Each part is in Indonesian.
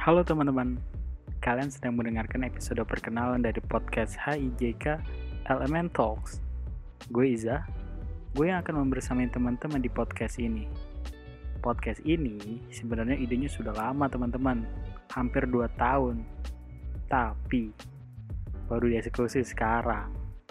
Halo teman-teman, kalian sedang mendengarkan episode perkenalan dari podcast HIJK Elemen Talks. Gue Iza, gue yang akan membersamai teman-teman di podcast ini. Podcast ini sebenarnya idenya sudah lama teman-teman, hampir 2 tahun. Tapi baru dieksekusi sekarang.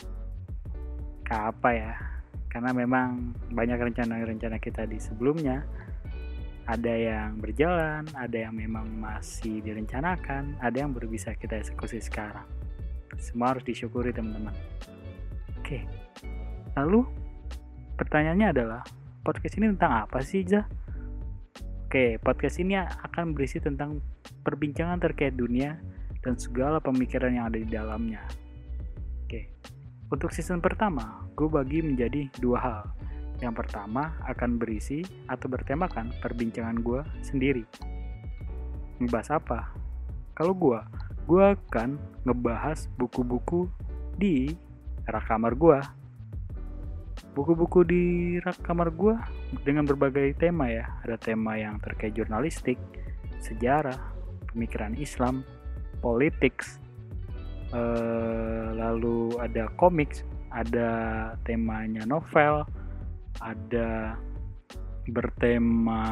Apa ya? Karena memang banyak rencana-rencana kita di sebelumnya. Ada yang berjalan, ada yang memang masih direncanakan, ada yang baru bisa kita eksekusi sekarang. Semua harus disyukuri teman-teman. Oke, lalu pertanyaannya adalah, podcast ini tentang apa sih, Zah? Oke, podcast ini akan berisi tentang perbincangan terkait dunia dan segala pemikiran yang ada di dalamnya. Oke, untuk season pertama, gue bagi menjadi 2 hal. Yang pertama akan berisi atau bertemakan perbincangan gue sendiri. Ngebahas apa? Kalau gue akan ngebahas buku-buku di rak kamar gue. Buku-buku di rak kamar gue dengan berbagai tema ya. Ada tema yang terkait jurnalistik, sejarah, pemikiran Islam, politik, lalu ada komik, ada temanya novel, ada bertema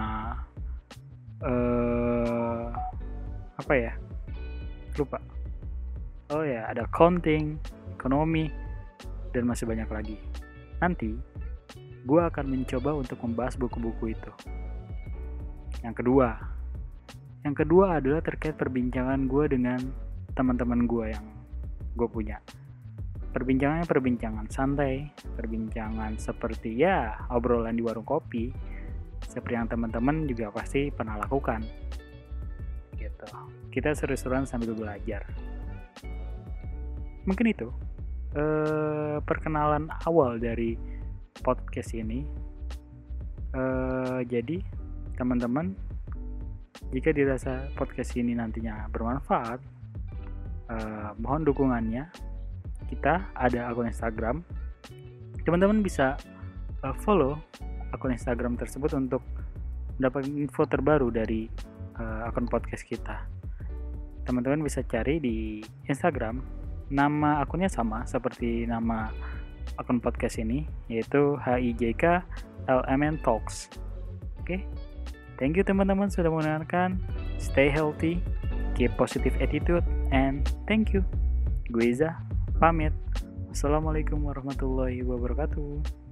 apa ya? Lupa. Oh ya, ada accounting, ekonomi, dan masih banyak lagi. Nanti gue akan mencoba untuk membahas buku-buku itu. Yang kedua adalah terkait perbincangan gue dengan teman-teman gue yang gue punya. Perbincangannya perbincangan santai, perbincangan seperti ya obrolan di warung kopi, seperti yang teman-teman juga pasti pernah lakukan. Gitu. Kita seru-seruan sambil belajar. Mungkin itu perkenalan awal dari podcast ini. Jadi teman-teman, jika dirasa podcast ini nantinya bermanfaat, mohon dukungannya. Kita ada akun Instagram. Teman-teman bisa follow akun Instagram tersebut untuk mendapatkan info terbaru dari akun podcast kita. Teman-teman bisa cari di Instagram. Nama akunnya sama seperti nama akun podcast ini, yaitu HIJK Elemen Talks. Oke. Thank you teman-teman sudah mendengarkan. Stay healthy, keep positive attitude, and thank you. Gue Iza pamit. Assalamualaikum warahmatullahi wabarakatuh.